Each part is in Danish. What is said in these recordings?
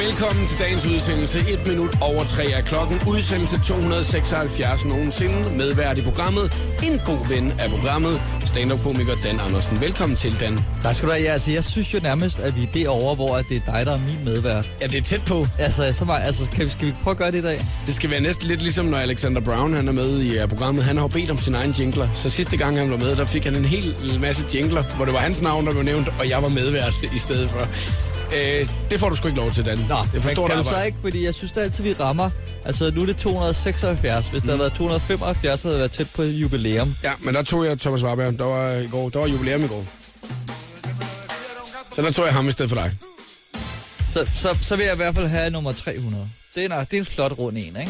Velkommen til dagens udsendelse. 1 minut over 3 er klokken. Udsendelse 276 nogensinde. Medvært i programmet. En god ven af programmet. Stand-up-komiker Dan Andersen. Velkommen til, Dan. Tak skal du have. Ja, altså, jeg synes jo nærmest, at vi er derovre, hvor det er dig, der er min medvært. Ja, det er tæt på. Skal vi prøve at gøre det i dag? Det skal være næsten lidt ligesom, når Alexander Brown han er med i programmet. Han har jo bedt om sin egen jingler. Så sidste gang han var med, der fik han en hel masse jingler, hvor det var hans navn, der blev nævnt, og jeg var medvært i stedet for. Det får du sgu ikke lov til, Dan. Nå, det forstår kan du så ikke, fordi jeg synes da altid, vi rammer. Altså, nu er det 276. Hvis der havde været 275, så havde det været tæt på jubilæum. Ja, men der tog jeg Thomas Warberg. Der var jubilæum i går. Så der tog jeg ham i stedet for dig. Så vil jeg i hvert fald have nummer 300. Det er en flot rund en, ikke?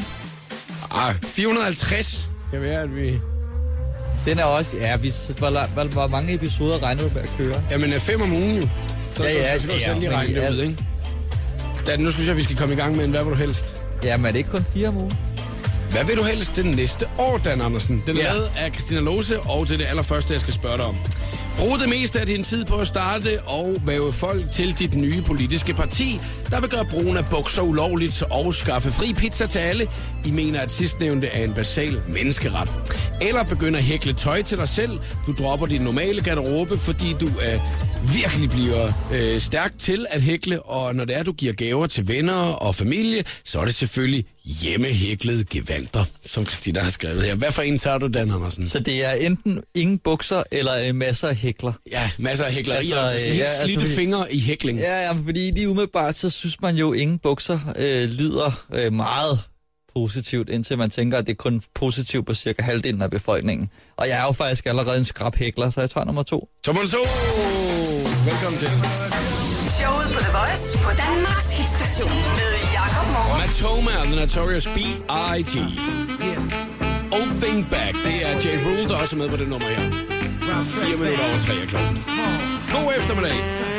450 kan være, at vi... Den er også... Ja, hvor mange episoder regner du med at køre? Jamen, 5 om ugen jo. Så skal du selv lige regne det ud, ikke? Dan, nu synes jeg, vi skal komme i gang med en. Hvad vil du helst? Jamen, er det ikke kun 4 om ugen? Hvad vil du helst det næste år, Dan Andersen? Den er lavet af Christina Lose, og det er det allerførste, jeg skal spørge dig om. Brug det meste af din tid på at starte og væve folk til dit nye politiske parti, der vil gøre brugen af bukser ulovligt og skaffe fri pizza til alle. I mener, at sidstnævnte er en basal menneskeret. Eller begynder at hækle tøj til dig selv. Du dropper din normale garderobe, fordi du virkelig bliver stærk til at hækle. Og når det er, du giver gaver til venner og familie, så er det selvfølgelig hjemmehæklede gevanter, som Christina har skrevet her. Hvad for en tager du, Dan Andersen? Så det er enten ingen bukser eller masser af hækler. Ja, masser af hæklerier. Altså, slidte fingre i hækling. Ja, fordi lige umiddelbart, så synes man jo, ingen bukser lyder meget positivt, indtil man tænker, at det er kun positivt på cirka halvdelen af befolkningen. Og jeg er jo faktisk allerede en skrabhækler, så jeg tager nummer 2. Nummer 2! Velkommen til. Showet på The Voice på Danmarks hitstation med Jakob Morup. Matoma og The Notorious B.I.G. Oh Think Back. Det er Jay Rule, der også er med på det nummer her. 4 minutter over 3 er klokken. God eftermiddag.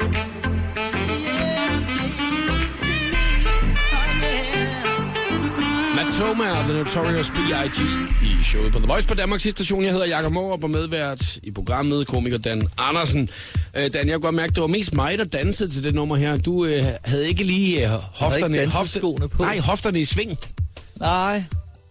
Matoma og The Notorious B.I.G. i showet på The Voice på Danmarks station. Jeg hedder Jakob Morup og medvært i programmet, komiker Dan Andersen. Dan, jeg kunne godt mærke, at det var mest mig, der dansede til det nummer her. Du havde ikke lige hofterne i sving. Nej.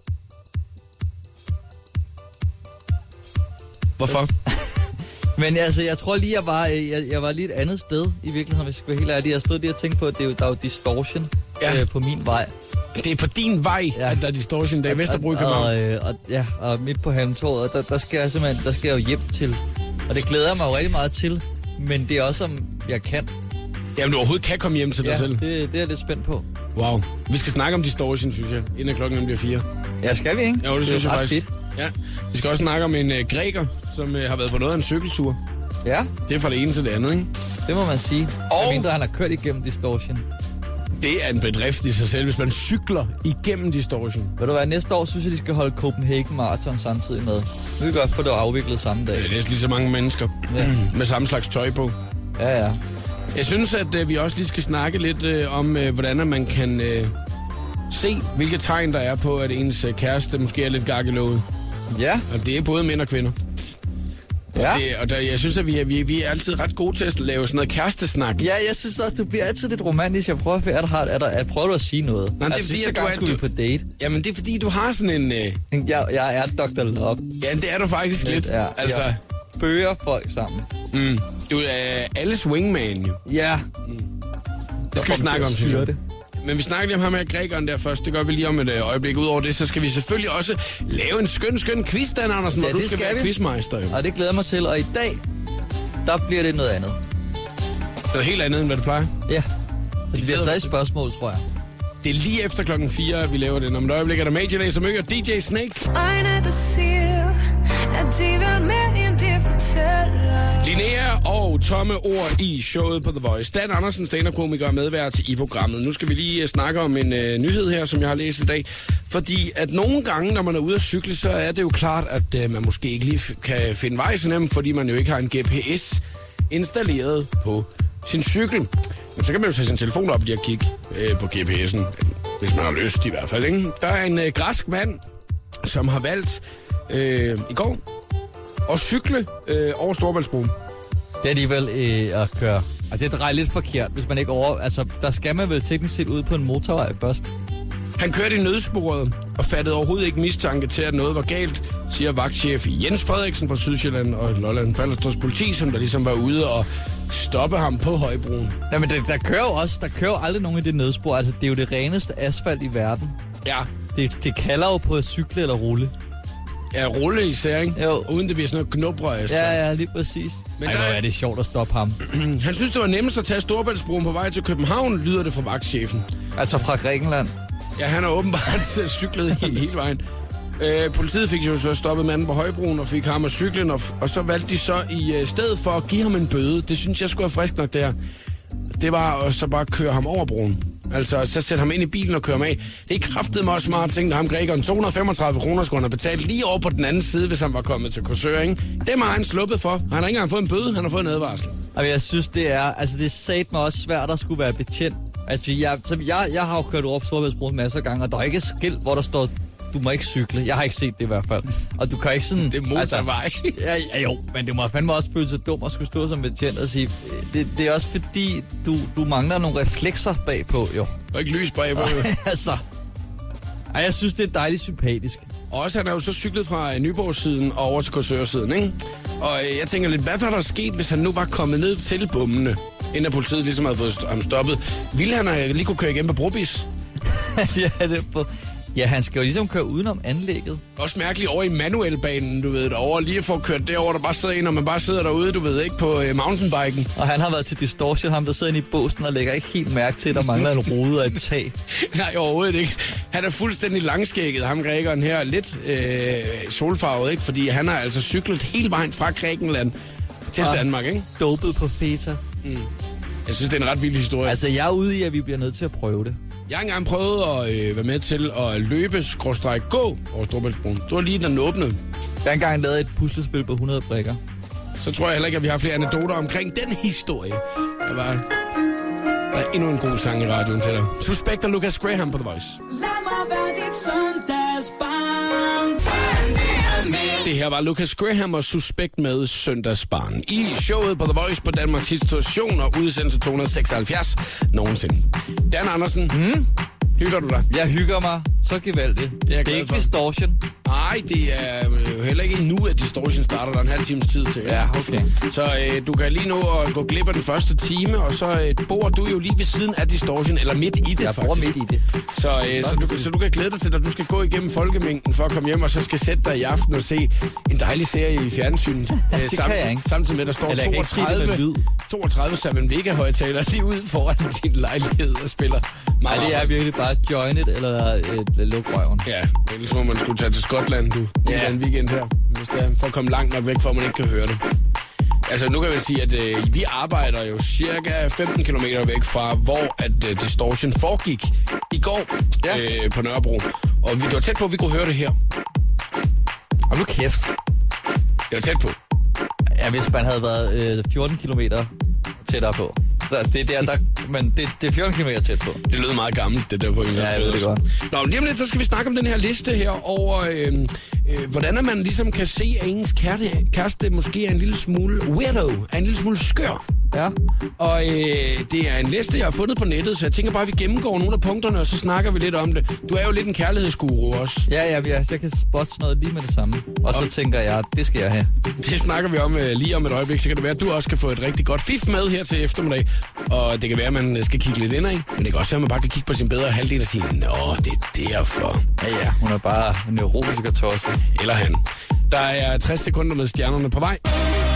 Hvorfor? Men altså, jeg tror lige, jeg var lige et andet sted i virkeligheden, hvis jeg skal være helt ærlig. Jeg stod lige og tænkte på, at der er jo distortion på min vej. Det er på din vej, at der er distortion, der er Vesterbro i København. Og midt på Halmtorvet, der skal jeg jo hjem til. Og det glæder jeg mig jo rigtig meget til, men det er også, om jeg kan. Jamen, du overhovedet kan komme hjem til dig selv. det er jeg lidt spændt på. Wow. Vi skal snakke om distortion, synes jeg, inden klokken bliver 4. Ja, skal vi, ikke? Jo, det synes jeg faktisk. Fedt. Ja. Vi skal også snakke om en græker, som har været på noget af en cykeltur. Ja. Det er fra det ene til det andet, ikke? Det må man sige. Og mindre han har kørt igennem distortion. Det er en bedrift i sig selv, hvis man cykler igennem distortion. Ved du hvad, næste år synes jeg, de skal holde Copenhagen Marathon samtidig med. Nu kan vi godt få det afviklet samme dag. Det er lige så mange mennesker med samme slags tøj på. Ja. Jeg synes, at vi også lige skal snakke lidt om, hvordan man kan se, hvilke tegn der er på, at ens kæreste måske er lidt gakkelåget. Ja. Og det er både mænd og kvinder. Ja. Jeg synes, at vi er altid ret gode til at lave sådan noget kærestesnak. Ja, jeg synes også, du bliver altid lidt romantisk. Jeg prøver at prøver du at sige noget? Nej, det er fordi, sidste gang skulle vi på date. Jamen, det er fordi, du har sådan en... Jeg er Dr. Love. Ja, det er du faktisk lidt. Ja, altså... Jeg bøger folk sammen. Du er alles wingman, jo. Ja. Det skal vi snakke om, synes jeg. Men vi snakker lige om ham her grækeren der først. Det gør vi lige om et øjeblik. Udover det, så skal vi selvfølgelig også lave en skøn quiz, Dan Andersen, hvor du skal være quizmeister. Jo. Og det glæder mig til. Og i dag, der bliver det noget andet. Noget helt andet, end hvad det plejer? Ja. Det bliver stadig spørgsmål, tror jeg. Det er lige efter klokken 4, at vi laver det. Om et øjeblik er der Major Lazer og DJ Snake. Linnea og tomme ord i showet på The Voice. Dan Andersen, stand-up-komiker, medvært i programmet. Nu skal vi lige snakke om en nyhed her, som jeg har læst i dag. Fordi at nogle gange, når man er ude at cykle, så er det jo klart, at man måske ikke lige kan finde vej så nemt, fordi man jo ikke har en GPS installeret på sin cykel. Men så kan man jo tage sin telefon op og kigge på GPS'en, hvis man har lyst i hvert fald, ikke? Der er en græsk mand, som har valgt i går at cykle over Storebæltsbroen. Det er alligevel at køre Og det drejer lidt forkert, hvis man ikke Altså, der skal man vel teknisk set ud på en motorvej først. Han kørte i nødsporet og fattede overhovedet ikke mistanke til, at noget var galt, siger vagtchef Jens Frederiksen fra Sydsjælland og Lolland Falsters politi, som der ligesom var ude og stoppe ham på Højbroen. Jamen, der kører jo aldrig nogen i det nødspor. Altså, det er jo det reneste asfalt i verden. Ja. Det kalder jo på at cykle eller rulle. Ja, rulle især, ikke? Jo. Uden det bliver sådan noget knubræst. Ja, lige præcis. Men hvor er det sjovt at stoppe ham. Han synes, det var nemmest at tage Storebæltsbroen på vej til København, lyder det fra vagtchefen. Altså fra Grækenland? Ja, han har åbenbart cyklet hele vejen. Politiet fik jo så stoppet manden på Højbroen og fik ham af cyklen, og så valgte de så i stedet for at give ham en bøde. Det synes jeg skulle være frisk nok der. Det var at så bare køre ham over broen. Altså, så sætte ham ind i bilen og køre ham af. Det er kraftedeme også smart, tænkte ham grækeren. 235 kroner skulle han have betalt lige over på den anden side, hvis han var kommet til Korsør, ikke? Dem har han sluppet for. Han har ikke engang fået en bøde, han har fået en advarsel. Og jeg synes, det er satme også svært at skulle være betjent. Altså, jeg har jo kørt over på Storebæltsbroen masser af gange, og der er ikke et skilt, hvor der står, du må ikke cykle. Jeg har ikke set det i hvert fald. Og du kan ikke sådan... Det er motorvej. Altså, ja, jo, men det må fandme også føle sig dum at skulle stå som betjent og sige... Det er også fordi, du mangler nogle reflekser bagpå, jo. Og ikke lys bagpå, jo. Altså... Ej, jeg synes, det er dejligt sympatisk. Og også, han er jo så cyklet fra Nyborg-siden og over til Korsør-siden, ikke? Og jeg tænker lidt, hvad var der sket, hvis han nu var kommet ned til bommene, inden politiet ligesom havde fået ham stoppet? Ville han lige kunne køre igen på Brobis? Ja, han skal jo ligesom køre udenom anlægget. Også mærkeligt over i manuelbanen, du ved, derovre. Lige for at køre derover, der bare sidder en, og man bare sidder derude, du ved, ikke, på mountainbiken. Og han har været til distortion, ham der sidder inde i båsen og lægger ikke helt mærke til, at der mangler en rude og et tag. Nej, overhovedet ikke. Han er fuldstændig langskægget, ham grækeren her. Lidt solfarvet, ikke? Fordi han har altså cyklet hele vejen fra Grækenland til Danmark, ikke? Dopet på feta. Jeg synes, det er en ret vild historie. Altså, jeg er ude i, at vi bliver nødt til at prøve det. Jeg har engang prøvet at være med til at løbe/gå over Storebæltsbroen. Det var lige, da den åbnede. Jeg har engang lavet et puslespil på 100 brikker. Så tror jeg heller ikke, at vi har flere anekdoter omkring den historie. Der er endnu en god sang i radioen til dig. Suspekt og Lucas Graham på The Voice. Lad mig være dit søndagsbarn. Det her var Lucas Graham og Suspekt med Søndagsbarn. I showet på The Voice på Danmarks Hitstation og udsendelse 276 nogensinde. Dan Andersen, hygger du dig? Jeg hygger mig så gevaldigt. Det er ikke distortion. Nej, det er jo heller ikke endnu, at Distortion starter. Der en halv times tid til. Ja, okay. Så du kan lige nå at gå glip af den første time, og så bor du jo lige ved siden af Distortion, eller midt i det, jeg faktisk. Jeg bor midt i det. Så du kan glæde dig til, at du skal gå igennem folkemængden for at komme hjem, og så skal sætte dig i aften og se en dejlig serie i fjernsynet. Samtidig med, der står 32 7 Vega-højtaler lige ud foran din lejlighed og spiller. Nej, det er virkelig bare join it eller luk røven. Ja, ellers må man skulle tage til Skotland, den weekend her, hvis det er, for at komme langt nok væk, for at man ikke kan høre det. Altså, nu kan jeg sige, at vi arbejder jo cirka 15 km væk fra, hvor at Distortion foregik i går på Nørrebro. Og det var tæt på, at vi kunne høre det her. Og nu kæft. Det var tæt på. Ja, hvis man havde været 14 km tættere på. Det er men det er 14 km tæt på. Det lød meget gammelt, det der på en eller anden. Ja, jeg ved det godt. Nå, lige om lidt, så skal vi snakke om den her liste her over, hvordan man ligesom kan se, at ens kæreste måske er en lille smule weirdo, er en lille smule skør. Ja. Og det er en liste, jeg har fundet på nettet, så jeg tænker bare, at vi gennemgår nogle af punkterne, og så snakker vi lidt om det. Du er jo lidt en kærlighedsguru også. Ja, jeg kan spotte noget lige med det samme. Og så tænker jeg, det skal jeg have. Det snakker vi om lige om et øjeblik, så kan det være, at du også kan få et rigtig godt fif med her til eftermiddag. Og det kan være, at man skal kigge lidt indad, men det kan også være, at man bare kan kigge på sin bedre halvdel og sige, nå, det er derfor. Ja, hun er bare neurotisk og tosset. Eller han. Der er 60 sekunder med stjernerne på vej.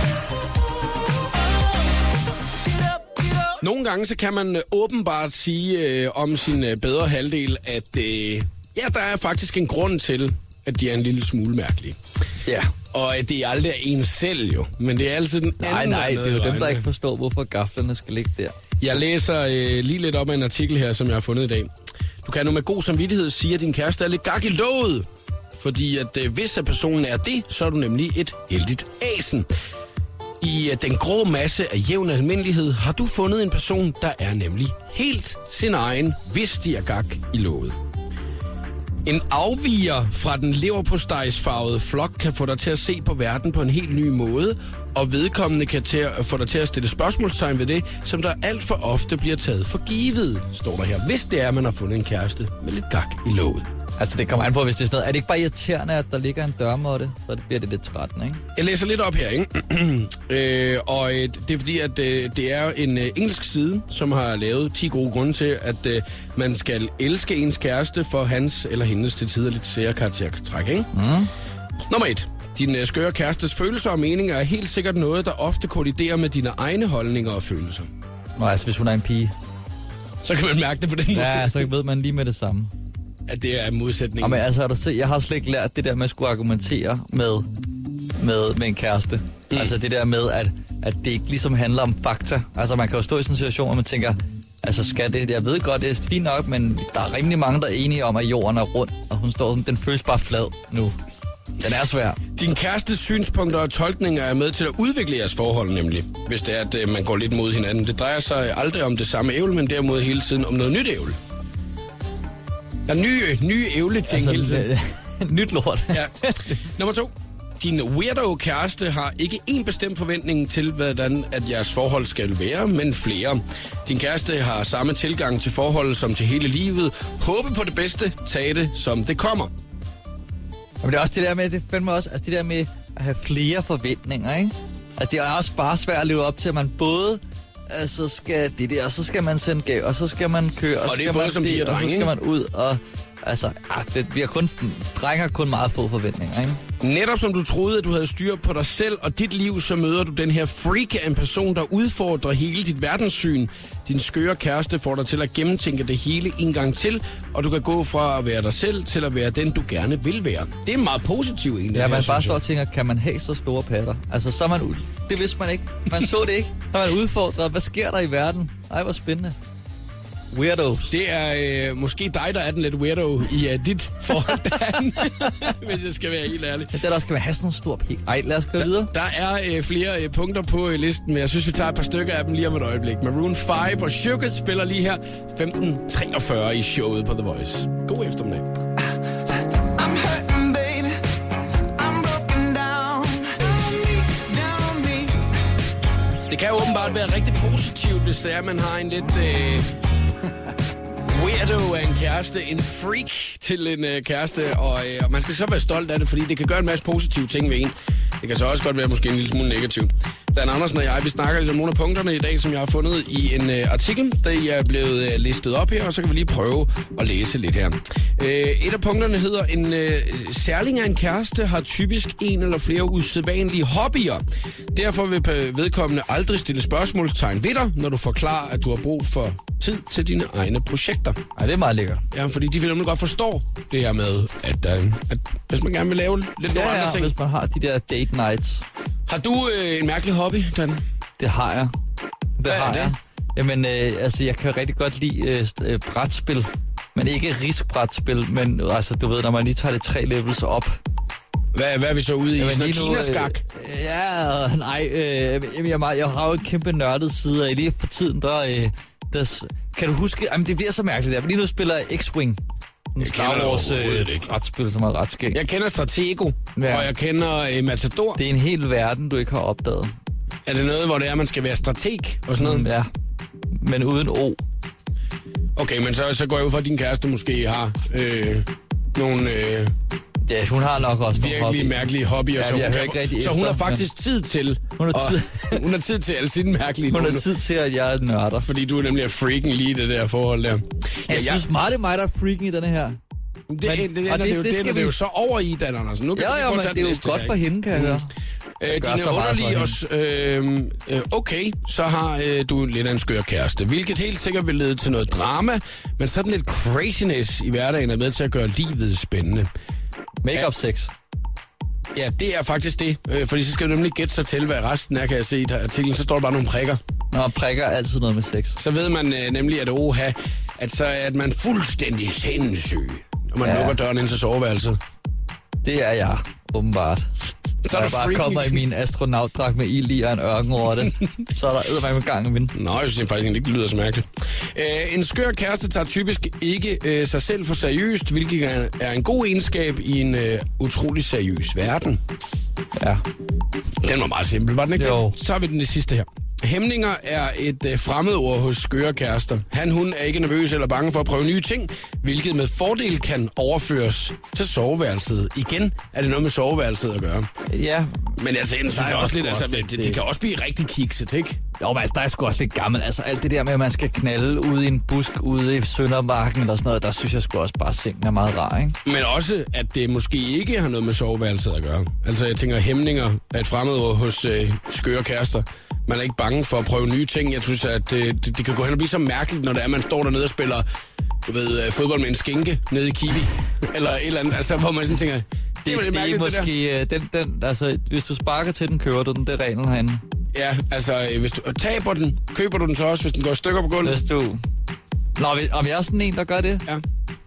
Nogle gange så kan man åbenbart sige om sin bedre halvdel, at der er faktisk en grund til, at de er en lille smule mærkelige. Ja. Og det er aldrig en selv jo, men det er altid den anden. Nej, det er jo dem, der ikke forstår, hvorfor gaflerne skal ligge der. Jeg læser lige lidt op af en artikel her, som jeg har fundet i dag. Du kan nu med god samvittighed sige, at din kæreste er lidt gak i låget. Fordi at hvis personen er det, så er du nemlig et heldigt asen. I den grå masse af jævn almindelighed har du fundet en person, der er nemlig helt sin egen, hvis de er gak i låget. En afviger fra den leverpostejsfarvede flok kan få dig til at se på verden på en helt ny måde, og vedkommende kan få dig til at stille spørgsmålstegn ved det, som der alt for ofte bliver taget for givet, står der her. Hvis det er, at man har fundet en kæreste med lidt gak i låget. Altså, det kommer an på, hvis det er sådan noget. Er det ikke bare irriterende, at der ligger en dørmåtte? Så bliver det lidt trættende, ikke? Jeg læser lidt op her, ikke? Det er fordi, at det er en engelsk side, som har lavet 10 gode grunde til, at man skal elske ens kæreste for hans eller hendes til tider lidt sære karaktertræk, ikke? Nummer 1. Din skøre kærestes følelser og meninger er helt sikkert noget, der ofte kolliderer med dine egne holdninger og følelser. Nå, altså, hvis hun er en pige. Så kan man mærke det på den måde. Ja, så ved man lige med det samme. At det er modsætningen. Men altså, har du set, jeg har slet ikke lært det der med at skulle argumentere med en kæreste. Altså det der med, at det ikke ligesom handler om fakta. Altså man kan jo stå i sådan en situation, hvor man tænker, altså skal det, jeg ved godt, det er fint nok, men der er rimelig mange, der er enige om, at jorden er rund, og hun står sådan, den føles bare flad nu. Den er svær. Din kærestes synspunkter og tolkninger er med til at udvikle jeres forhold, nemlig. Hvis det er, at man går lidt mod hinanden. Det drejer sig aldrig om det samme ævl, men derimod hele tiden om noget nyt ævl. Der er nye ævleting hele tiden. Nyt lort. Ja. Nummer 2. Din weirdo-kæreste har ikke én bestemt forventning til, hvordan at jeres forhold skal være, men flere. Din kæreste har samme tilgang til forholdet som til hele livet. Håbe på det bedste, tag det som det kommer. Men det er også det der med, det fandme også, altså det der med at have flere forventninger, ikke? Altså det er også bare svært at leve op til, at man både altså skal det der, og så skal man sende gav, og så skal man køre, og så skal man som det, og så skal man ud, og altså, det bliver drenge kun meget få forventninger, ikke? Netop som du troede, at du havde styr på dig selv og dit liv, så møder du den her freak af en person, der udfordrer hele dit verdenssyn. Din skøre kæreste får dig til at gennemtænke det hele en gang til, og du kan gå fra at være dig selv til at være den, du gerne vil være. Det er meget positivt egentlig. Ja, man bare står og tænker, kan man have så store patter? Altså, så er man ud. Det vidste man ikke. Man så det ikke. Så er man udfordret. Hvad sker der i verden? Ej, hvor spændende. Weirdos. Det er måske dig, der er den lidt weirdo i dit forhold, Dan. Hvis jeg skal være helt ærlig. Men det der også skal have sådan en stor pik. Ej, lad os gå videre. Der er flere punkter på listen, men jeg synes, vi tager et par stykker af dem lige om et øjeblik. Maroon 5 og Sugar spiller lige her 15:43 i showet på The Voice. God eftermiddag. Det kan åbenbart være rigtig positivt, hvis det er, man har en lidt weirdo af en kæreste, en freak til en kæreste, og man skal så være stolt af det, fordi det kan gøre en masse positive ting ved en. Det kan så også godt være måske en lille smule negativt. Dan Andersen og jeg, vi snakker lidt om nogle af punkterne i dag, som jeg har fundet i en artikel, der er blevet listet op her, og så kan vi lige prøve at læse lidt her. Et af punkterne hedder, en særling af en kæreste har typisk en eller flere usædvanlige hobbyer. Derfor vil vedkommende aldrig stille spørgsmålstegn ved dig, når du forklarer, at du har brug for tid til dine egne projekter. Ej, det er meget lækkert. Ja, fordi de vil nemlig godt forstå det her med, at hvis man gerne vil lave lidt nogle andre ting. Hvis man har de der date nights. Har du en mærkelig hobby, Dan? Det har jeg. Hvad er det? Jamen, altså, jeg kan rigtig godt lide brætspil. Men ikke riskbrætspil, men altså, du ved, når man lige tager det 3 levels op. Hvad er vi så ude i? Sådan noget Kinaskak? Jeg har jo et kæmpe nørdet side af. Lige for tiden, kan du huske... Jamen, det bliver så mærkeligt der. Lige nu spiller jeg X-Wing. Star Wars brætspil, som er ret skægt. Jeg kender Stratego, og jeg kender Matador. Det er en hel verden, du ikke har opdaget. Er det noget, hvor det er, man skal være strateg og sådan noget? Ja, men uden O. Okay, men så går jeg ud fra, at din kæreste måske har nogle... Ja, hun har nok også virkelig mærkelige hobbyer, ja, så hun har faktisk tid til... Hun har tid til alle sine mærkelige... Hun har tid til, at jeg er nørder. Fordi du er nemlig freaking lige i det der forhold der. Jeg synes meget, det er mig, der er freaking i denne her. Det er jo så over i, Dan Andersen. Nu kan men det er jo godt for hende, kan jeg høre. Dine underlige os... okay, så har du lidt af en skør kæreste, hvilket helt sikkert vil lede til noget drama, men sådan lidt craziness i hverdagen er med til at gøre livet spændende. Make-up sex. Ja, det er faktisk det, fordi så skal du nemlig gætte sig til, hvad resten er, kan jeg se i artiklen. Så står der bare nogle prikker. Nå, prikker er altid noget med sex. Så ved man nemlig, at så er man fuldstændig sindssyg, når man lukker døren ind til soveværelset. Det er jeg, åbenbart. Så er der bare kommer i min astronautdragt med ild i og en ørkenrotte. Så er der eddermame gang i min. Nå, jeg synes faktisk ikke, det lyder så mærkeligt. En skør kæreste tager typisk ikke sig selv for seriøst, hvilket er en god egenskab i en utrolig seriøs verden. Ja. Den var meget simpel, var den ikke? Jo. Så har vi den sidste her. Hæmninger er et fremmedord hos skøre kærester. Hun er ikke nervøs eller bange for at prøve nye ting, hvilket med fordel kan overføres til soveværelset. Igen er det noget med soveværelset at gøre. Ja. Men altså, jeg synes også lidt, altså, det kan også blive rigtig kikset, ikke? Jo, men altså, der er sgu også lidt gammel. Altså, alt det der med, at man skal knalde ude i en busk ude i Søndermarken eller sådan noget, der synes jeg sgu også bare, sengen er meget rar, ikke? Men også, at det måske ikke har noget med soveværelset at gøre. Altså, jeg tænker, hæmninger er et fremmedord hos skøre kærester. Man er ikke bange for at prøve nye ting. Jeg synes, at det kan gå hen og blive så mærkeligt, når det er, man står dernede og spiller fodbold med en skinke nede i Kiwi. Eller et eller andet, altså, hvor man sådan tænker... Det er måske altså, hvis du sparker til den, kører du den. Det er reglen herinde. Ja, altså, hvis du taber den, køber du den så også, hvis den går i stykker på gulvet? Hvis du... Nå, om jeg er sådan en, der gør det? Ja.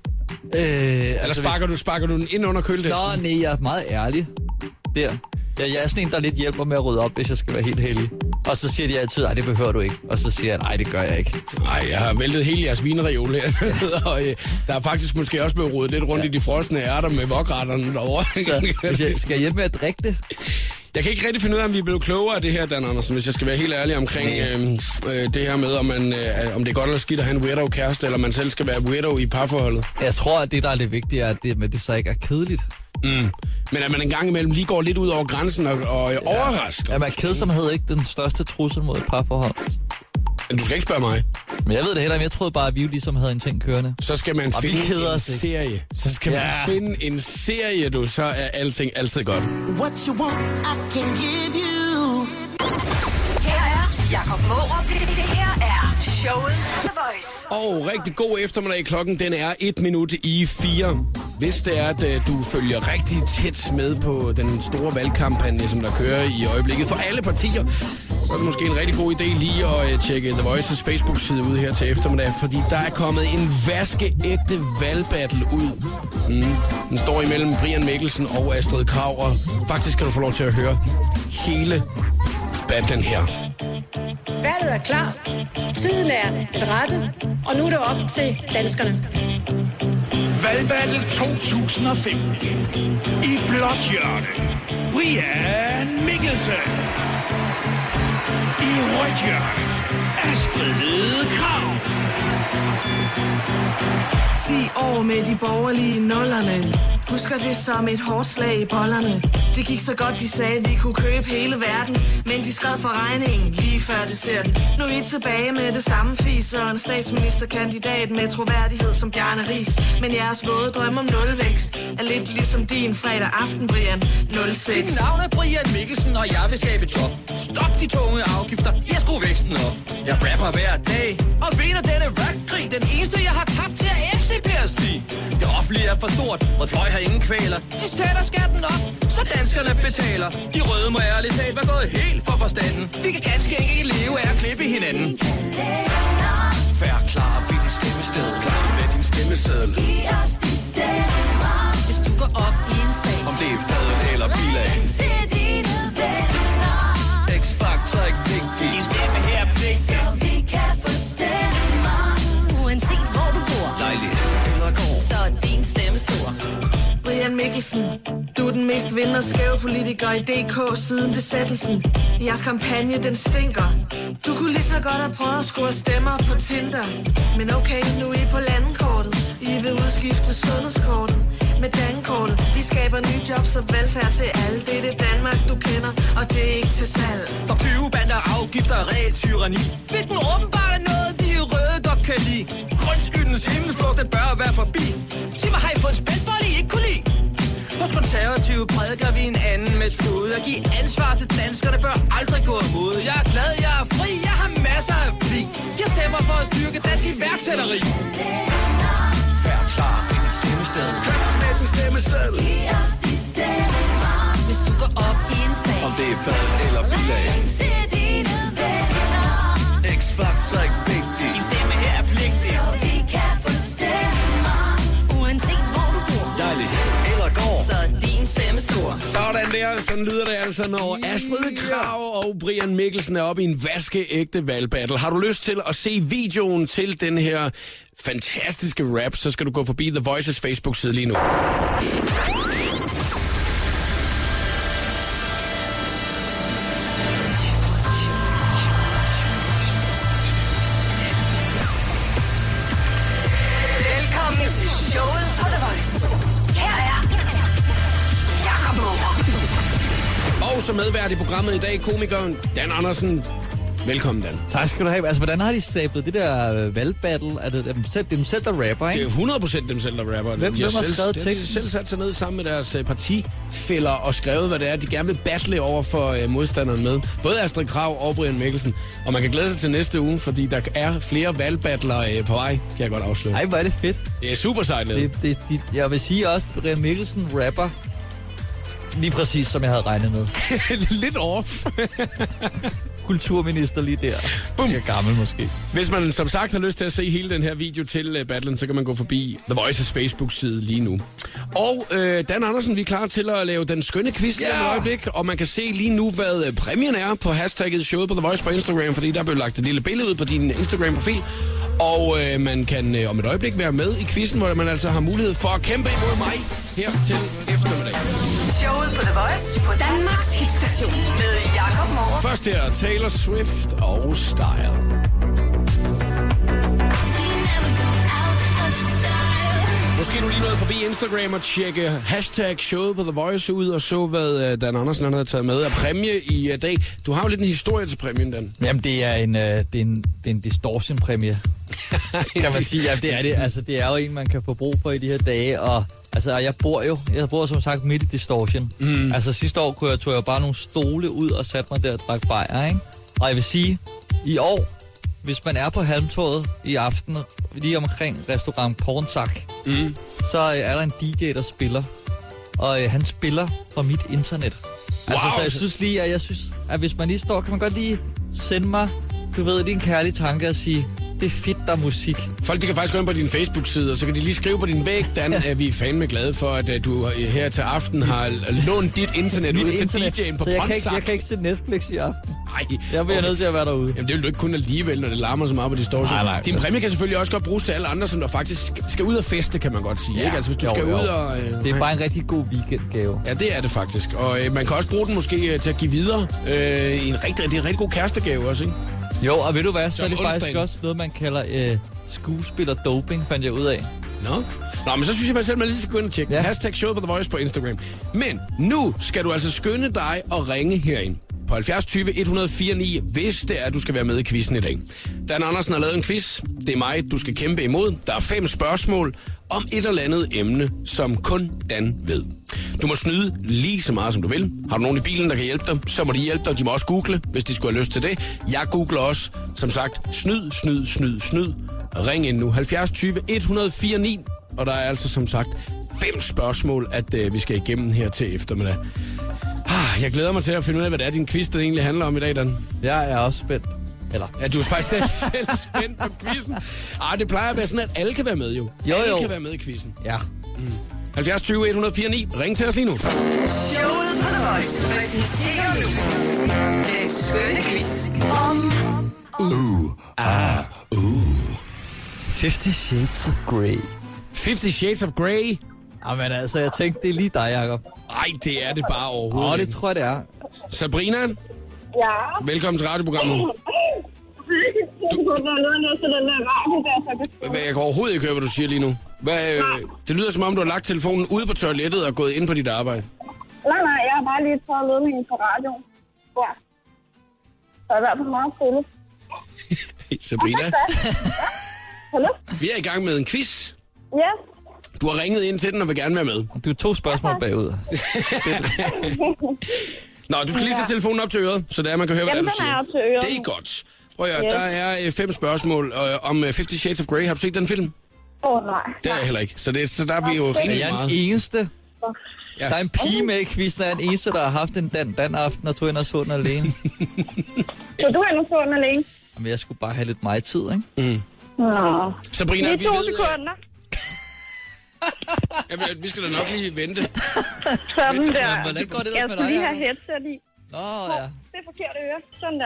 Eller sparker du den ind under køledisken? Nå, nej, jeg er meget ærlig. Der. Jeg er sådan en, der lidt hjælper med at rydde op, hvis jeg skal være helt heldig. Og så siger de altid, nej, det behøver du ikke. Og så siger jeg, nej, det gør jeg ikke. Nej, jeg har væltet hele jeres vinreol her. Og der er faktisk måske også blevet rodet lidt rundt i de frosne ærter med vokretterne derovre. Så skal jeg hjælpe med at drikke det? Jeg kan ikke rigtig finde ud af, om vi er blevet klogere af det her, Dan Andersen, hvis jeg skal være helt ærlig omkring det her med, om det er godt eller skidt at have en weirdo-kæreste, eller man selv skal være weirdo i parforholdet. Jeg tror, at det, der er det vigtige, er, at det så ikke er kedeligt. Men at man en gang imellem lige går lidt ud over grænsen og overrasker. Ja, men kedsomhed er ikke den største trussel mod et parforhold. Du skal ikke spørge mig. Men jeg ved det heller, men jeg troede bare, at vi jo ligesom havde en ting kørende. Så skal man finde en serie. Så skal man finde en serie, du. Så er alting altid godt. What you want, I can give you. Her er Jakob Mårup. Det her er showet på The Voice. Og rigtig god eftermiddag. Klokken den er 1:04. Hvis det er, at du følger rigtig tæt med på den store valgkampagne, som der kører i øjeblikket for alle partier, så er det måske en rigtig god idé lige at tjekke The Voices Facebook-side ud her til eftermiddag, fordi der er kommet en vaskeægte valgbattle ud. Den står imellem Brian Mikkelsen og Astrid Krag, og faktisk kan du få lov til at høre hele battlen her. Valget er klar. Tiden er den rette, og nu er det op til danskerne. Valgbattle 2015. I blåt hjørne. Brian Mikkelsen. I rødt hjørne. Astrid Krag. 10 år med de borgerlige nullerne. Husker det som et hårdt slag i bollerne. Det gik så godt, de sagde, at vi kunne købe hele verden. Men de skred for regningen lige før desserten. Nu er I tilbage med det samme fis og en statsministerkandidat med troværdighed som Bjarne Riis. Men jeres våde drøm om nulvækst er lidt ligesom din fredag aften, Brian 06. Mit navn er Brian Mikkelsen, og jeg vil skabe job. Stop de tunge afgifter, jeg skruer væksten op. Jeg rapper hver dag og vinder denne rap-krig. Den eneste, jeg har tabt til er MC-Per-Stig. Det offentlige er for stort, og fløj har ingen kvaler. De sætter skatten op, så danskerne betaler. De røde må ærligt talt være gået helt for forstanden. Vi kan ganske enkelt ikke leve af at klippe hinanden. Vær klar ved dit stemmested. Klar med din stemmeseddel. Giv os de stemmer. Hvis du går op i en sag, Om det er faden eller bilag. Til dine venner. X-Factor er ikke vigtig. din stemme her er pligtig. Så vi kan få stemmer. Uanset hvor du bor, Lejlighed eller gård. så er din stemme stor. Brian Mikkelsen, du er den mest vinderskæve politiker i DK siden besættelsen. Jeres kampagne, den stinker. Du kunne lige så godt have prøvet at score stemmer på Tinder. Men okay, nu er I på landkortet. I vil udskifte sundhedskortet med dankortet. Vi skaber nye jobs og velfærd til alle. Det er det Danmark, du kender, og det er ikke til salg. Stop 20 bander, afgifter og reelt tyranni. Hvilken åbenbart er noget, de røde godt kan lide. Grundskyldens himmelflugt, den bør være forbi. Sig mig, har I fået en spændbold, I ikke kunne lide? Hos konservative prædiker vi en anden metode. At give ansvar til danskerne bør aldrig gå imod. Jeg er glad, jeg er fri, jeg har masser af pli. Jeg stemmer for at styrke dansk iværksætteri. Vær klar ved dit stemmested. Klar med din stemmeseddel. Giv os de stemmer. Hvis du går op i en sag, Om det er faden eller bilag. Til dine venner. X-Factor er ikke vigtig. din stemme her er pligtig. Så vi kan få stemmer. Uanset hvor du bor, Lejlighed eller gård. så er din stemme stor. Sådan der, sådan lyder det altså, når Astrid Krag og Brian Mikkelsen er oppe i en vaskeægte valgbattle. Har du lyst til at se videoen til den her fantastiske rap, så skal du gå forbi The Voices Facebook-side lige nu. som medvært i programmet i dag, komikeren Dan Andersen. Velkommen, Dan. Tak skal du have. Altså, hvordan har de stablet det der valgbattle? Er det dem selv, der rapper, ikke? Det er 100% dem selv, der rapper. Hvem har skrevet teksten? De har selv sat sig ned sammen med deres partifæller og skrevet, hvad det er, de gerne vil battle over for modstanderen med. Både Astrid Krag og Brian Mikkelsen. Og man kan glæde sig til næste uge, fordi der er flere valgbattler på vej, kan jeg godt afsløre. Ej, hvor er det fedt. Det er super sejt lavet. Jeg vil sige også, at Brian Mikkelsen rapper lige præcis, som jeg havde regnet med. Lidt off. Kulturminister lige der. Boom. Jeg er gammel måske. Hvis man som sagt har lyst til at se hele den her video til battlen, så kan man gå forbi The Voice's Facebook-side lige nu. Og Dan Andersen, vi er klar til at lave den skønne quiz lige om et øjeblik, og man kan se lige nu, hvad præmien er på hashtagget showet på The Voice på Instagram, fordi der blev lagt et lille billede ud på din Instagram-profil. Og man kan om et øjeblik være med i quizzen, hvor man altså har mulighed for at kæmpe imod mig her til eftermiddag. Showet på The Voice på Danmarks hitstation med Jakob Morup. Først her Taylor Swift og Style. Måske du lige nåede forbi Instagram og tjekke hashtag showet på The Voice ud og så, hvad Dan Andersen havde taget med af præmie i dag. Du har jo lidt en historie til præmien, Dan. Jamen, det er en distortion-præmie, kan man sige. Jamen, det er det. Altså, det er jo en, man kan få brug for i de her dage. Og altså, jeg bor som sagt midt i distortion. Altså, sidste år tog jeg bare nogle stole ud og satte mig der og drak bajer, ikke? Og jeg vil sige, i år, hvis man er på Halmtorvet i aften, lige omkring restaurant Pornsak, så er der en DJ, der spiller. Og han spiller fra mit internet. Wow. Altså, så jeg synes, at hvis man lige står, kan man godt lige sende mig, du ved, lige en kærlig tanke at sige, det er fedt, der er musik. Folk, de kan faktisk gå ind på din Facebook-side, og så kan de lige skrive på din væg, Dan, at vi er fandme glade for, at du her til aften har lånt dit internet ud til DJ'en på Pornsak. Jeg kan ikke se Netflix i aften. Nej. Jeg bliver nødt til at være derude. Jamen, det vil du ikke kun alligevel, når det larmer så meget på distortion. Nej. Din præmie kan selvfølgelig også godt bruges til alle andre, som der faktisk skal ud og feste, kan man godt sige. Ja. Ikke? Altså, hvis du skal ud og... det er bare en rigtig god weekendgave. Ja, det er det faktisk. Og man kan også bruge den måske til at give videre. Det er en rigtig god kæresteggave også, ikke? Jo, og ved du hvad, så er det faktisk også noget, man kalder skuespiller-doping, fandt jeg ud af. Nå, men så synes jeg bare selv, man lige skal gå ind og tjekke. Hashtag showet på The Voice på Instagram. Men nu skal du altså skynde dig og ringe herind på 70 20 104 9, hvis det er, at du skal være med i quizzen i dag. Dan Andersen har lavet en quiz. Det er mig, du skal kæmpe imod. Der er 5 spørgsmål om et eller andet emne, som kun Dan ved. Du må snyde lige så meget, som du vil. Har du nogen i bilen, der kan hjælpe dig, så må de hjælpe dig. De må også google, hvis de skulle have lyst til det. Jeg googler også. Som sagt, snyd. Ring ind nu. 70 20 104 9. Og der er altså som sagt 5 spørgsmål, at vi skal igennem her til eftermiddag. Jeg glæder mig til at finde ud af, hvad det er, din quiz, der egentlig handler om i dag, Dan. Jeg er også spændt. Ja, du er faktisk selv spændt på quizzen. Det plejer at være sådan, at alle kan være med, jo. Alle kan være med i quizzen. Ja. 70 20 104 9. Ring til os lige nu. Showet på The Voice præsenterer nu den skønne quiz om... 50 Shades of Grey. 50 Shades of Grey? Jamen altså, jeg tænkte, det er lige dig, Jacob. Ej, det er det bare overhovedet. Det tror jeg, det er. Sabrina? Ja? Velkommen til radioprogrammet. Jeg kan overhovedet ikke høre, hvad du siger lige nu. Det lyder som om, du har lagt telefonen ude på toilettet og gået ind på dit arbejde. Nej, jeg har bare lige taget ledningen på radioen. Ja. Så er i hvert fald meget stille. Sabrina? Hallo? Vi er i gang med en quiz. Ja. Du har ringet ind til den og vil gerne være med. Du er 2 spørgsmål bagud. Nå, du skal lige tage telefonen op til øret, så man kan høre, hvad du siger. Jamen, den er op til øret. Det er godt. Prøv at der er 5 spørgsmål om 50 Shades of Grey. Har du set den film? Nej. Det er jeg heller ikke. Så der er vi jo rimelig meget. meget. Jeg er den eneste. Ja. Der er en pige med i quizzen, der er den eneste, der har haft en Dan-aften og tog ind og så den alene. Så du har nu så den alene? Jamen, jeg skulle bare have lidt meget tid, ikke? Nå. Sabrina, vi 2 sekunder. Vi skal da nok lige vente. Sådan der. Hvordan går det jeg med skulle dig? lige have headset i. Nå, ja. Det er forkert øre. Sådan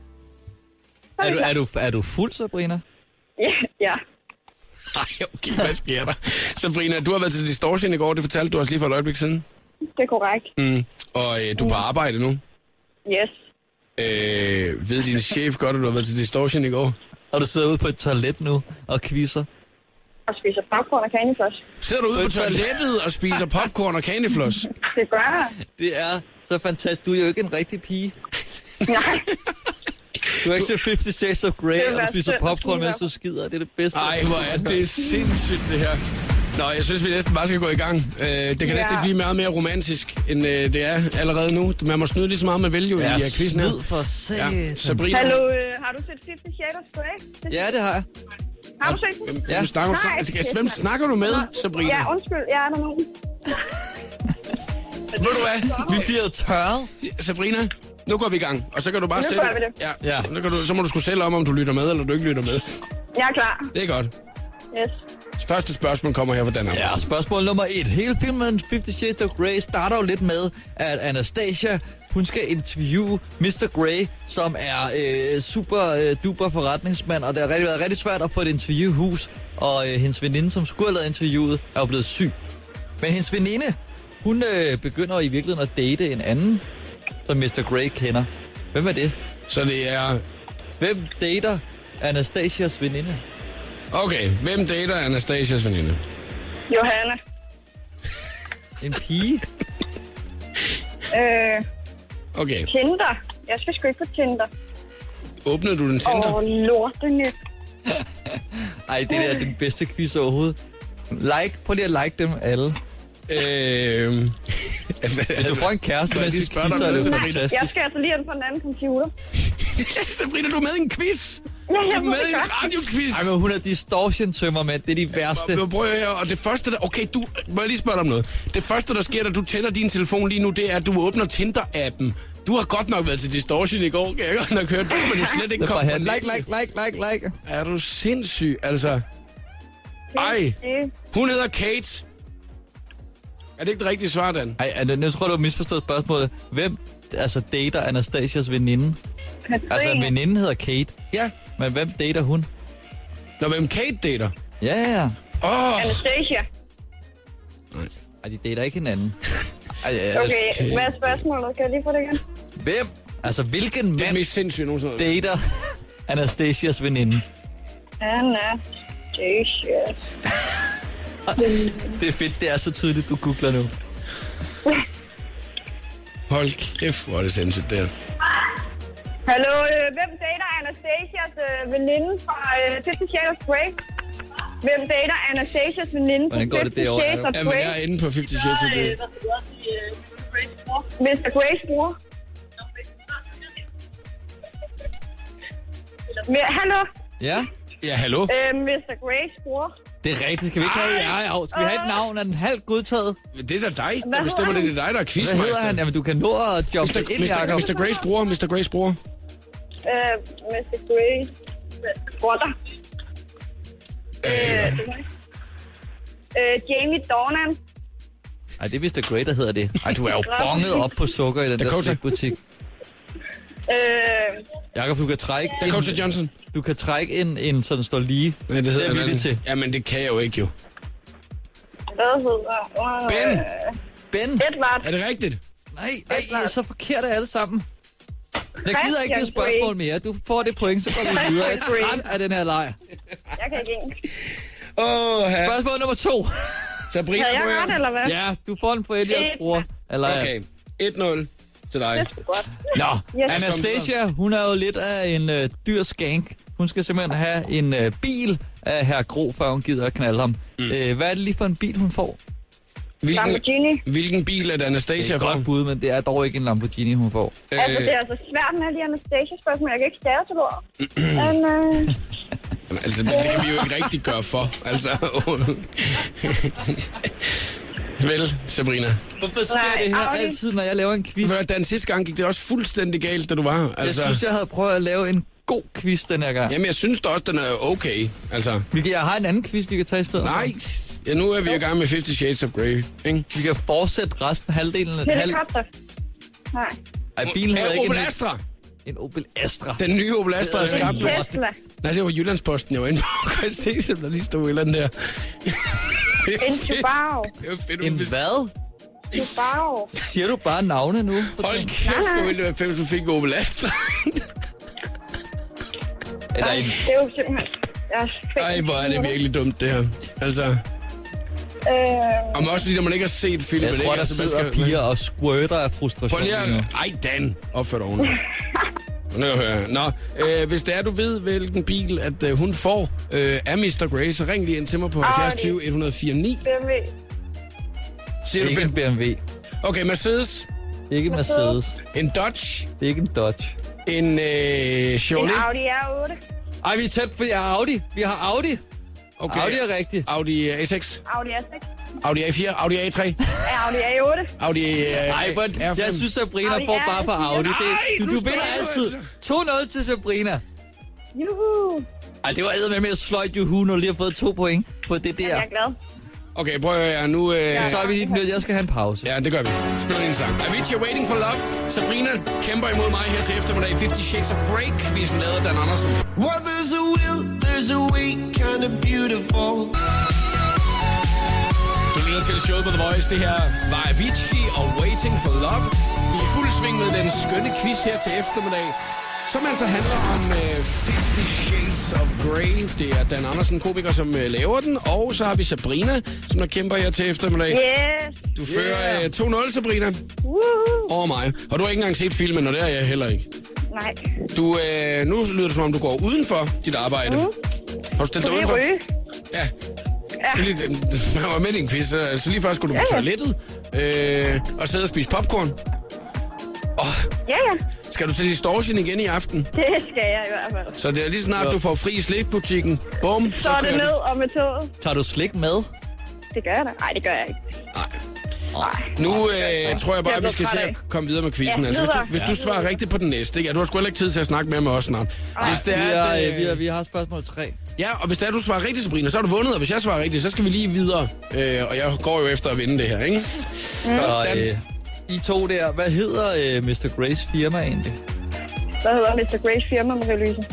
der. Er du fuld, Sabrina? Ja. Ej, okay, hvad sker der? Sabrina, du har været til Distortion i går, det fortalte du også lige for et øjeblik siden. Det er korrekt. Og du er på arbejde nu? Yes. Ved din chef godt, at du har været til Distortion i går? Og du sidder ude på et toilet nu og quizzer? Og spiser popcorn og candyfloss. Sidder du ude på toilettet og spiser popcorn og candyfloss? Det gør jeg. Det er så fantastisk. Du er jo ikke en rigtig pige. Nej. Du har ikke set 50 Shades of Grey, og du spiser popcorn, mens du skider. Det er det bedste. Ej, hvor er det sindssygt, det her. Nå, jeg synes, vi næsten bare skal gå i gang. Det kan næsten blive meget mere romantisk, end det er allerede nu. Man må snyde lige så meget, man vil jo i quizzen her. For satan. Ja, Sabrina. Hallo, har du set 50 Shades of Grey? Ja, det har jeg. Har du set den? Ja. Hvem snakker du med, Sabrina? Ja, undskyld, jeg er der nu. Ved du hvad? Vi bliver jo tørret. Sabrina, nu går vi i gang, og så kan du bare Nu sætte... gør vi det. Ja. Så må du sgu selv om du lytter med, eller du ikke lytter med. Jeg er klar. Det er godt. Yes. Første spørgsmål kommer her fra Dan Andersen. Ja, spørgsmål nummer 1. Hele filmen 50 Shades of Grey starter jo lidt med, at Anastasia, hun skal interviewe Mr. Grey, som er super duper forretningsmand, og det har været rigtig svært at få et interviewhus, og hendes veninde, som skulle have lavet interviewet, er jo blevet syg. Men hendes veninde, hun begynder i virkeligheden at date en anden, som Mr. Grey kender. Hvem er det? Så det er... Hvem dater Anastasias veninde? Okay, hvem dater Anastasias veninde? Johanna. En pige? Okay. Tinder. Jeg skal sgu ikke på Tinder. Åbnede du den Tinder? Lortenyt. Ej, det der er den bedste quiz overhovedet. Prøv lige at like dem alle. Hvis du får en kæreste, mens vi quizzer, er det fantastisk. Jeg skal altså lige ind på den anden computer. Sabrina, du er med i en quiz. Ja, du er med i en radioquiz. Ej, men hun er distortion-tømmermand. Det er de værste. Prøv at høre, og det første, der... Okay, må jeg lige spørge dig om noget? Det første, der sker, da du tænder din telefon lige nu, det er, at du åbner Tinder-appen. Du har godt nok været til distortion i går, kan jeg godt nok høre. Men du slet ikke komme på like. Er du sindssyg, altså? Ej, hun hedder Kate. Er det ikke det rigtige svar, Dan? Ej, nu tror jeg, du har misforstået spørgsmålet. Hvem dater Anastasias veninde? Katrine. Altså, veninden hedder Kate. Ja. Men hvem dater hun? Nå, hvem Kate dater? Ja. Anastasia. Ej, de dater ikke hinanden. Okay, hvad er spørgsmålet? Kan jeg lige få det igen? Hvem? Altså, hvilken mand det er mest sindssygt nogensinde dater Anastasias veninde? Anastasia. Det er fedt, det er så tydeligt, du googler nu. Hold kæft, hvor er det sindssygt der. Hallo, hvem dater Anastasias veninde fra 50 Shades of Grey? Hvem dater Anastasias veninde fra 50 Shades of Grey? Jamen, jeg er inde på 50 Shades of Grey. Mr. Greys bror. Hallo? Ja? Ja, hallo? Mr. Greys bror. Det er rigtigt. Skal vi ikke have Skal vi have et navn? Er den halvt godtaget? Det er da dig, der bestemmer det. Det er dig, der er quizmeister. Hvad hedder han? Jamen, du kan nå at jumpe ind, Jacob. Mr. Greys bror. Mr. Greys bror. Mr. Greys bror. Jamie Dornan. Ej, det er Mr. Grey, der hedder det. Ej, du er jo bonget op på sukker i den der slikbutik. Jakob, du kan trække... Dakota Johnson. Du kan trække en så den står lige. Nej, det hedder jeg til. Jamen, det kan jeg jo ikke, jo. Hvad hedder... Ben? Edvard. Er det rigtigt? Nej, I er så forkerte alle sammen. Jeg gider ikke det spørgsmål mere. Du får det point, så går vi videre. Jeg er træt af den her leg. Jeg kan ikke engelsk. Spørgsmål nummer 2. Sabrina, havde jeg ret, eller hvad? Ja, du får den på Elias bror. Okay, 1-0 til dig. Nå, Anastasia, hun er jo lidt af en dyr skank. Hun skal simpelthen have en bil af herr Gro, før hun gider at knalde ham. Hvad er det lige for en bil, hun får? Hvilken bil er det, Anastasia får? Det er et godt bud, men det er dog ikke en Lamborghini, hun får. Altså, det er altså svært med de Anastasia-spørgsmål. Jeg kan ikke stave til ord. Altså, det kan vi jo ikke rigtig gøre for. Altså, vel, Sabrina. Hvorfor sker det her altid, når jeg laver en quiz? Den sidste gang gik det også fuldstændig galt, da du var. Altså, jeg synes, jeg havde prøvet at lave en god quiz den her gang. Jamen, jeg synes da også, den er okay. Altså. Jeg har en anden quiz, vi kan tage i stedet. Nej, ja, nu er vi i gang med 50 Shades of Grey. Ikke? Vi kan fortsætte resten halvdelen af Nej. Ej, bilen hedder ikke Opel Astra. En Opel Astra. Den nye Opel Astra er skabt. Nej, det var Jyllandsposten, jeg var inde på. Kan jeg se, som der lige stod et eller andet der. En Subaru. Det var fedt. En hvad? Subaru. Siger du bare navne nu? Hold kæft, hvor du fik Opel Astra. Det er jo simpelthen... Ej, hvor er det virkelig dumt, det her. Altså... Og også fordi, når man ikke har set filmen... Jeg tror, der sidder piger og squirter af frustration. Ej, Dan! Opfør dig ordentligt. Nå, hvis det er, du ved, hvilken bil, at hun får af Mr. Grey, så ring lige ind til mig på 70 20 104 9. BMW. Siger ikke du en BMW. Okay, Mercedes. Ikke en Mercedes. En Dodge. Ikke en Dodge. En Chevrolet. En Audi R8. Ej, vi er tæt, for jeg har Audi. Vi har Audi. Okay. Audi er rigtigt. Audi A6. Audi A6. Audi A4. Audi A3. Audi A8. Audi R5. Jeg synes, Sabrina får bare på Audi. Du vinder altid. 2-0 til Sabrina. Juhu. Ej, det var eddermame med at sløjt Juhu, når lige har fået 2 point på det der. Jeg er glad. Okay, prøv at høre nu... Så er vi lige nødt. Jeg skal have en pause. Ja, det gør vi. Spiller en sang. Avicii, Waiting for Love. Sabrina kæmper imod mig her til eftermiddag. 50 Shades of Grey. Quizzen lavet Dan Andersen. Well, there's a will, there's a way, kind of beautiful. Du lytter til showet på The Voice. Det her var Avicii og Waiting for Love. Vi er i fuld sving med den skønne quiz her til eftermiddag, som altså handler om 50 Shades of Grey. Det er Dan Andersen, komiker, som laver den. Og så har vi Sabrina, som der kæmper her til eftermiddag. Yes. Du fører 2-0, Sabrina. Over mig. Og du har ikke engang set filmen, og det har jeg heller ikke. Nej. Du, nu lyder det, som om du går uden for dit arbejde. Har du stillet dig udenfor? Ja. Man var med i en quiz, så lige først skulle du på toilettet og sidde og spise popcorn. Ja. Skal du til distortion igen i aften? Det skal jeg i hvert fald. Så det er lige snart, du får fri i slikbutikken. Bum, så er det ned og med toget. Tager du slik med? Det gør jeg da. Nej, det gør jeg ikke. Nu tror jeg bare, at vi skal se at komme videre med quizzen. Altså, hvis du svarer rigtigt på den næste, ikke? Du har sgu heller ikke tid til at snakke med os snart. Hvis det er, vi har spørgsmål 3. Ja, og hvis det er, du svarer rigtigt, Sabrina, så har du vundet. Og hvis jeg svarer rigtigt, så skal vi lige videre. Og jeg går jo efter at vinde det her, ikke? Og I to der, hvad hedder Mr. Grays firma egentlig? Hvad hedder Mr. Grays firma, Marie-Louise?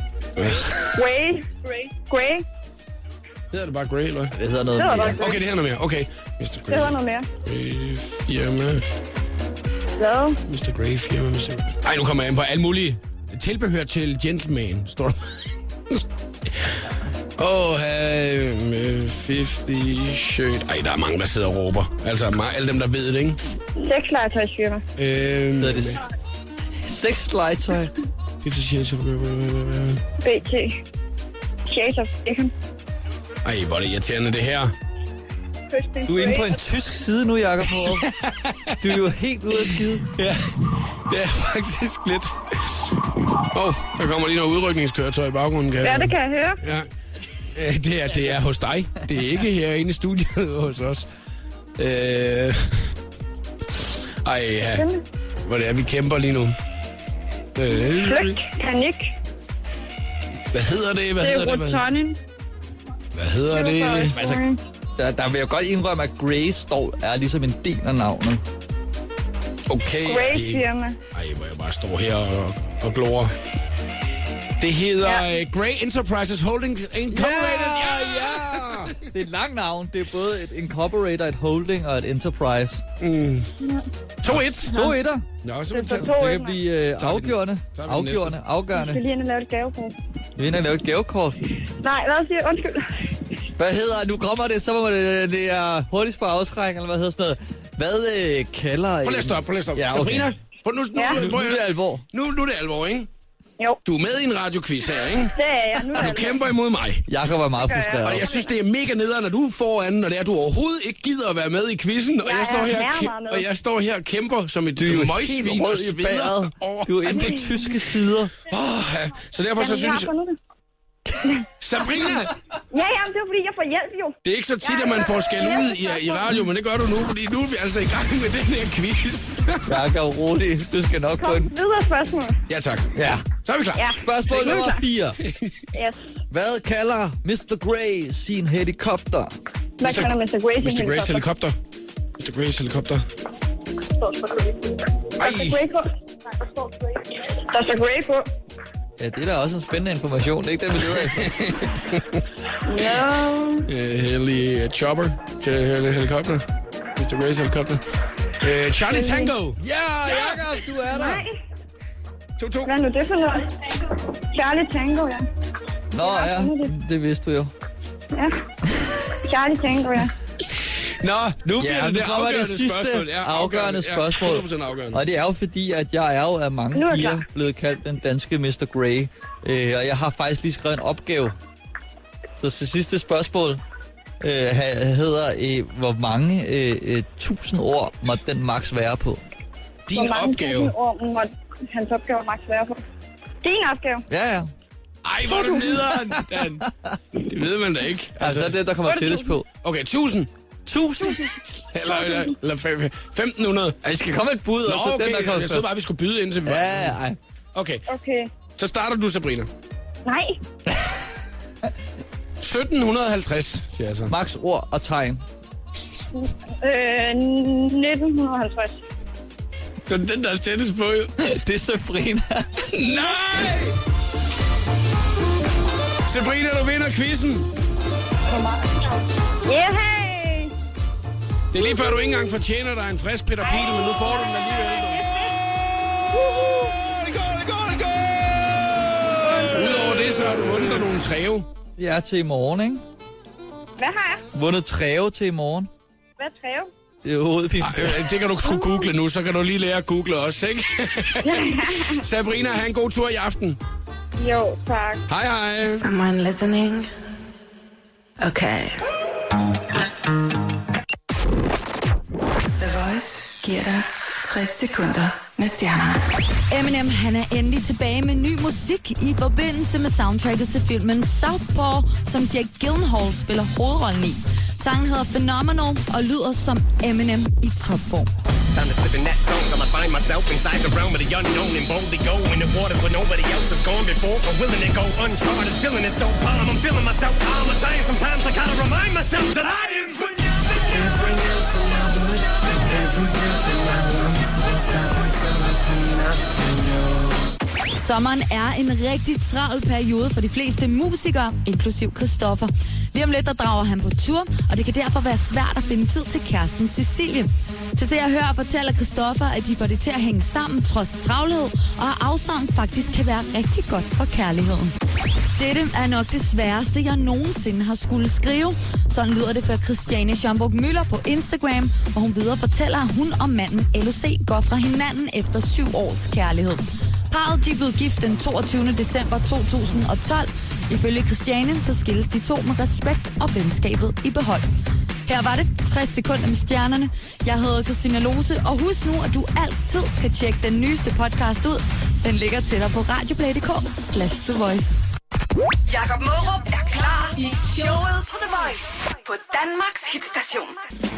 Grey. Hedder det bare Grey, eller? Det hedder noget mere. Okay, det hedder noget mere. Okay. Det hedder noget mere. Grey firma. Hvad? Mr. Grey firma. Ej, nu kommer jeg ind på alle mulige tilbehør til gentleman, står der. 50 shirt. Ej, der er mange, der sidder og råber. Altså, alle dem, der ved det, ikke? Sexlegetøjsfirma. Hvad er det? Sexlegetøj? 50 shades of BT. Shades of Beckham. Ej, hvor er det irriterende, det her. Du er inde på en tysk side nu, Jakob. Du er jo helt ude af skide. Ja, det er faktisk lidt. Der kommer lige noget udrykningskøretøj i baggrunden. Ja, det kan jeg høre. Ja. Det er hos dig. Det er ikke herinde i studiet hos os. Ej, ja. Hvor det er, vi kæmper lige nu. Flygt. Panik. Hvad hedder det? Hvad hedder det? Altså, der vil jeg godt indrømme, at Grey er ligesom en del af navnet. Okay. Grey firma. Ej, hvor jeg bare står her og glor. Det hedder Grey Enterprises Holdings Incorporated. Ja. Det er et langt navn. Det er både et incorporator, et holding og et enterprise. 2-1. 2-1'er. Nå, så det kan blive afgørende. Vi skal lige ind og lave et gavekort. Vi ind og lave et gavekort? Nej, hvad siger undskyld? Hvad hedder, nu kommer det, så må det er hurtigst på afskræk, eller hvad hedder sådan noget. Hvad kalder... Prøv lige at stoppe. Ja, okay. Sabrina, nu er det alvor. Nu er det alvor, ikke? Jo. Du er med i en radioquiz her, ikke? Det er jeg. Nu og du kæmper imod mig. Jakob er meget frustreret. Og jeg synes, det er mega nederen, når du er foran, og det er, at du overhovedet ikke gider at være med i quizzen. Og jeg står her og kæmper som et møgsvin og sveder. Du er inde på tyske sider. Så derfor så synes jeg... Sabrina! Ja, det er fordi, jeg får hjælp jo. Det er ikke så tit, at man får skæld ud i radio, men det gør du nu, fordi nu er vi altså i gang med den her quiz. Jakob, rolig. Du skal nok kun... videre spørgsmål. Ja, tak. Ja. Så er vi klar. Ja. Spørgsmål nummer 4. Yes. Hvad kalder Mr. Grey sin helikopter? Hvad kalder Mr. Grey sin helikopter? Mr. Greys helikopter. Der står Grey på. Ja, det er da også en spændende information. Det er ikke det, vi leder efter. Chopper. Helikopter. Mr. Grace helikopter. Charlie Tango. Ja, Jakob, du er der. 2-2. Hvad er nu det for noget? Charlie Tango, ja. Nå, ja. Det vidste du jo. Ja. Charlie Tango, ja. Nå, nu bliver det afgørende sidste spørgsmål. Ja, afgørende spørgsmål. 100% afgørende. Og det er jo fordi, at jeg er jo af mange piger blevet kaldt den danske Mr. Grey. Og jeg har faktisk lige skrevet en opgave. Så til sidste spørgsmål hedder, hvor mange 1000 ord må den max være på? Din opgave? Hvor mange 1000 ord må hans opgave max være på? Din opgave? Ja, ja. Ej, hvor er du nederen, Dan. Det ved man da ikke. Altså, det er det, der kommer tættest på. Okay, 1000. 1000? eller 1500. Jeg skal komme et bud, og så okay, den, der kommer jeg troede bare, vi skulle byde ind til mig. Ja. Okay. Så starter du, Sabrina. Nej. 1750, siger jeg så. Max ord og tegn. 1950. Så den, der er tættest på, det er Sabrina. Nej! Sabrina, du vinder quizzen. Yeah! Det er lige før, du ikke engang fortjener dig en frisk Peter Pil, men nu får du den alligevel. Udover det, så har du vundet dig nogle træve. Ja, til i morgen, ikke? Hvad har jeg? Vundet træve til i morgen. Hvad er træve? Det er jo hovedpine. Det kan du sgu google nu, så kan du lige lære at google også, ikke? Sabrina, have en god tur i aften. Jo, tak. Hej, hej. Someone listening? Okay. The Voice giver dig 60 sekunder med stjernerne. Eminem, han er endelig tilbage med ny musik i forbindelse med soundtracket til filmen Southpaw, som Jake Gyllenhaal spiller hovedrollen i. Sangen hedder Phenomenal og lyder som Eminem i topform. Time to slip in that zone till I find myself inside the realm of the unknown and boldly go in the waters where nobody else has gone before. I'm willing to go uncharted, feeling it so calm. I'm feeling myself. I'm trying sometimes to kind of remind myself that I didn't forget every ounce of my blood, every breath in my lungs won't stop until I'm phenomenal. Sommeren er en rigtig travl periode for de fleste musikere, inklusiv Christoffer. Lige om lidt, der drager han på tur, og det kan derfor være svært at finde tid til kæresten Cecilie. Til Se og Hør fortæller Christoffer, at de får det til at hænge sammen trods travlhed, og at afsang faktisk kan være rigtig godt for kærligheden. Dette er nok det sværeste, jeg nogensinde har skulle skrive. Sådan lyder det for Christiane Schaumburg Müller på Instagram, hvor hun videre fortæller, at hun og manden LOC går fra hinanden efter 7 års kærlighed. Parret de blev gift den 22. december 2012. Ifølge Christiane, så skilles de to med respekt og venskabet i behold. Her var det 60 sekunder med stjernerne. Jeg hedder Christina Lose, og husk nu, at du altid kan tjekke den nyeste podcast ud. Den ligger til dig på radioplay.dk/The Voice. Jakob Mårup er klar i showet på The Voice på Danmarks hitstation.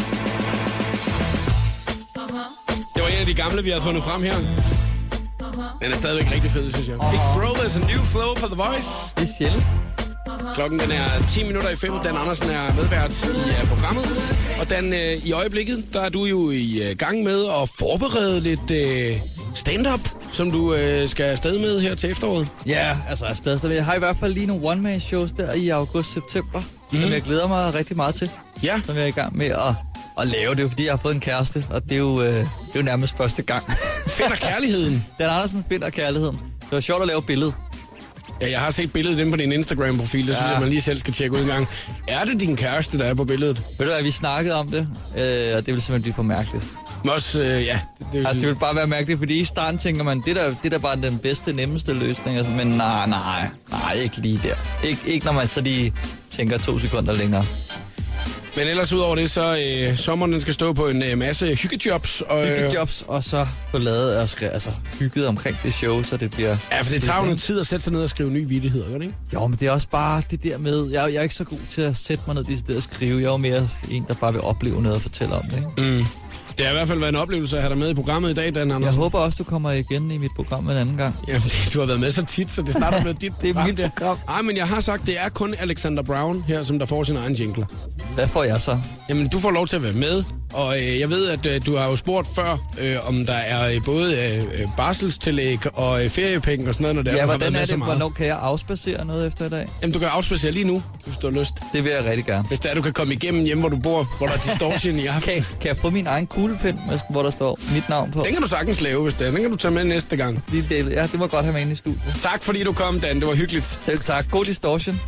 Det var en af de gamle, vi havde fundet frem her. Den er stadigvæk rigtig fed, synes jeg. Big Brother's A New Flow på The Voice. Det er sjældent. Klokken den er 10 minutter i 5. Dan Andersen er medvært i programmet. Og Dan, i øjeblikket, der er du jo i gang med at forberede lidt stand-up, som du skal afsted med her til efteråret. Ja, altså afsted. Jeg har i hvert fald lige nogle one-man-shows der i august-september, som jeg glæder mig rigtig meget til. Ja. Som jeg er i gang med at lave. Det er jo fordi, jeg har fået en kæreste, og det er jo nærmest første gang. Finder kærligheden. Dan Andersen finder kærligheden. Det var sjovt at lave billede. Ja, jeg har set billedet inde på din Instagram-profil. Det synes jeg, man lige selv skal tjekke ud en gang. Er det din kæreste, der er på billedet? Ved du hvad, vi snakkede om det, og det ville simpelthen blive for mærkeligt. Men også, ja. Det vil bare være mærkeligt, fordi i starten tænker man, det er bare den bedste, nemmeste løsning. Men nej, ikke lige der. Ikke når man så lige tænker 2 sekunder længere. Men ellers udover det, så sommeren skal stå på en masse hyggejobs. Hyggejobs, og så få lavet og hygget omkring det show, så det bliver... Ja, for det tager jo noget tid at sætte sig ned og skrive nye vittigheder, gør det ikke? Jo, men det er også bare det der med... Jeg er ikke så god til at sætte mig ned de steder og skrive. Jeg er jo mere en, der bare vil opleve noget og fortælle om det, ikke? Mm. Det har i hvert fald været en oplevelse at have dig med i programmet i dag, Dan Andersen. Jeg håber også, du kommer igen i mit program en anden gang. Jamen, du har været med så tit, så det starter med dit program. Det er mit program. Nej, men jeg har sagt, det er kun Alexander Brown her, som der får sin egen jingle. Hvad får jeg så? Jamen, du får lov til at være med, og jeg ved, at du har jo spurgt før, om der er både barselstillæg og feriepenge og sådan noget, når det ja, er, hvordan er det? Hvornår kan jeg afspacere noget efter i dag? Jamen, du kan afspacere lige nu, hvis du har lyst. Det vil jeg rigtig gerne. Hvis det er, du kan komme igennem hjem, hvor du bor, hvor der er distortion i aften. Kan jeg få min egen kuglepen, hvor der står mit navn på? Den kan du sagtens lave, hvis det er. Den kan du tage med næste gang. Ja, det var godt at have med inde i studiet. Tak fordi du kom, Dan. Det var hyggeligt. Selv tak. God distortion.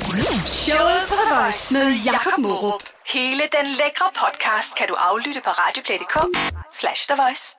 Showet på The Voice med Jakob Morup. Hele den lækre podcast kan du aflytte på radioplay.dk/The Voice.